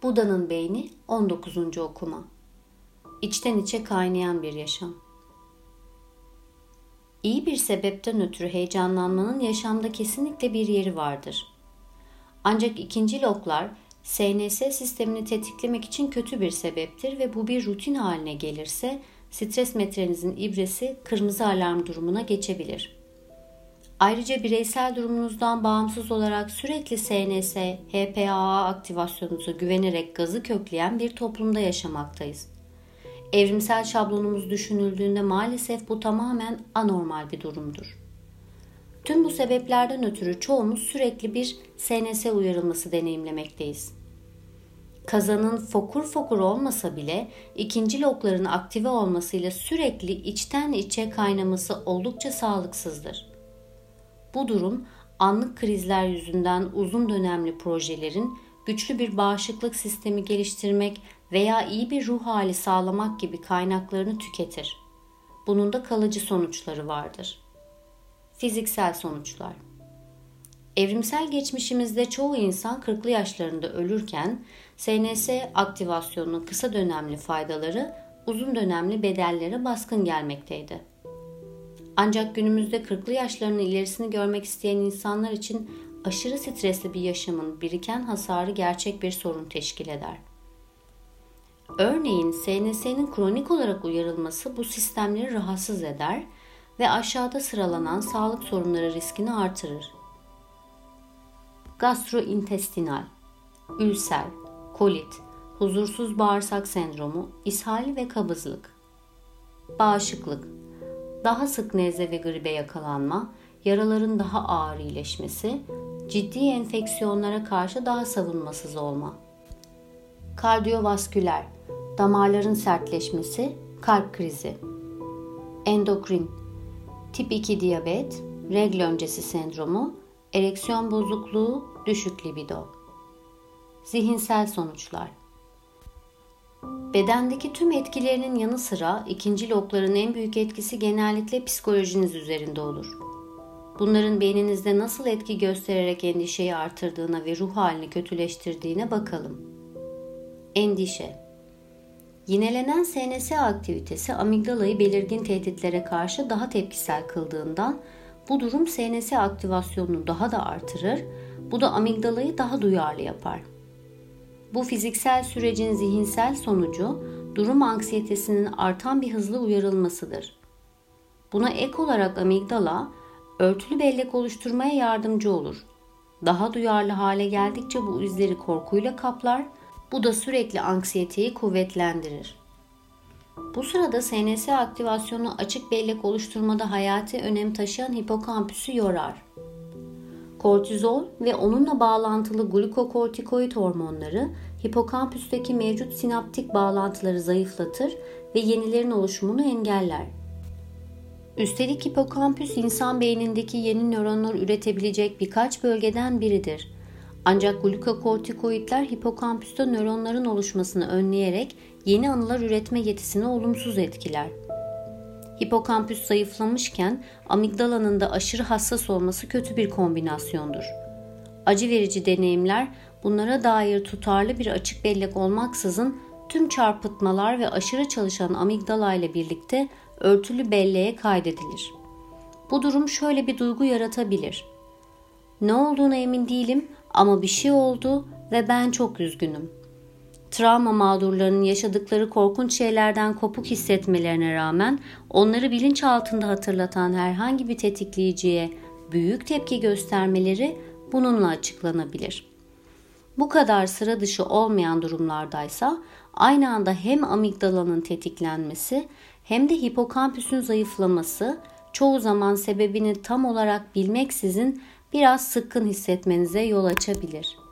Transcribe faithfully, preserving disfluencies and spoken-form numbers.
Buda'nın beyni on dokuzuncu okuma. İçten içe kaynayan bir yaşam. İyi bir sebepten ötürü heyecanlanmanın yaşamda kesinlikle bir yeri vardır. Ancak ikinci loklar S N S sistemini tetiklemek için kötü bir sebeptir ve bu bir rutin haline gelirse stres metrenizin ibresi kırmızı alarm durumuna geçebilir. Ayrıca bireysel durumunuzdan bağımsız olarak sürekli S N S, H P A A aktivasyonunuza güvenerek gazı kökleyen bir toplumda yaşamaktayız. Evrimsel şablonumuz düşünüldüğünde maalesef bu tamamen anormal bir durumdur. Tüm bu sebeplerden ötürü çoğumuz sürekli bir S N S uyarılması deneyimlemekteyiz. Kazanın fokur fokur olmasa bile ikinci lokların aktive olmasıyla sürekli içten içe kaynaması oldukça sağlıksızdır. Bu durum anlık krizler yüzünden uzun dönemli projelerin güçlü bir bağışıklık sistemi geliştirmek veya iyi bir ruh hali sağlamak gibi kaynaklarını tüketir. Bunun da kalıcı sonuçları vardır. Fiziksel sonuçlar. Evrimsel geçmişimizde çoğu insan kırklı yaşlarında ölürken S N S aktivasyonunun kısa dönemli faydaları uzun dönemli bedellere baskın gelmekteydi. Ancak günümüzde kırklı yaşlarının ilerisini görmek isteyen insanlar için aşırı stresli bir yaşamın biriken hasarı gerçek bir sorun teşkil eder. Örneğin S N S'nin kronik olarak uyarılması bu sistemleri rahatsız eder ve aşağıda sıralanan sağlık sorunları riskini artırır. Gastrointestinal, ülser, kolit, huzursuz bağırsak sendromu, ishal ve kabızlık. Bağışıklık, daha sık nezle ve gribe yakalanma, yaraların daha ağır iyileşmesi, ciddi enfeksiyonlara karşı daha savunmasız olma. Kardiyovasküler, damarların sertleşmesi, kalp krizi. Endokrin, tip iki diyabet, regl öncesi sendromu, ereksiyon bozukluğu, düşük libido. Zihinsel sonuçlar. Bedendeki tüm etkilerinin yanı sıra ikinci lokların en büyük etkisi genellikle psikolojiniz üzerinde olur. Bunların beyninizde nasıl etki göstererek endişeyi artırdığına ve ruh halini kötüleştirdiğine bakalım. Endişe. Yinelenen S N S aktivitesi amigdalayı belirgin tehditlere karşı daha tepkisel kıldığından bu durum S N S aktivasyonunu daha da artırır, bu da amigdalayı daha duyarlı yapar. Bu fiziksel sürecin zihinsel sonucu durum anksiyetesinin artan bir hızla uyarılmasıdır. Buna ek olarak amigdala örtülü bellek oluşturmaya yardımcı olur. Daha duyarlı hale geldikçe bu izleri korkuyla kaplar, bu da sürekli anksiyeteyi kuvvetlendirir. Bu sırada S N S aktivasyonu açık bellek oluşturmada hayati önem taşıyan hipokampüsü yorar. Kortizol ve onunla bağlantılı glukokortikoid hormonları hipokampüsteki mevcut sinaptik bağlantıları zayıflatır ve yenilerin oluşumunu engeller. Üstelik hipokampüs insan beynindeki yeni nöronlar üretebilecek birkaç bölgeden biridir. Ancak glukokortikoidler hipokampüste nöronların oluşmasını önleyerek yeni anılar üretme yetisini olumsuz etkiler. Hipokampüs zayıflamışken amigdalanın da aşırı hassas olması kötü bir kombinasyondur. Acı verici deneyimler bunlara dair tutarlı bir açık bellek olmaksızın tüm çarpıtmalar ve aşırı çalışan amigdala ile birlikte örtülü belleğe kaydedilir. Bu durum şöyle bir duygu yaratabilir. Ne olduğuna emin değilim ama bir şey oldu ve ben çok üzgünüm. Travma mağdurlarının yaşadıkları korkunç şeylerden kopuk hissetmelerine rağmen onları bilinçaltında hatırlatan herhangi bir tetikleyiciye büyük tepki göstermeleri bununla açıklanabilir. Bu kadar sıra dışı olmayan durumlardaysa aynı anda hem amigdalanın tetiklenmesi hem de hipokampüsün zayıflaması çoğu zaman sebebini tam olarak bilmeksizin biraz sıkkın hissetmenize yol açabilir.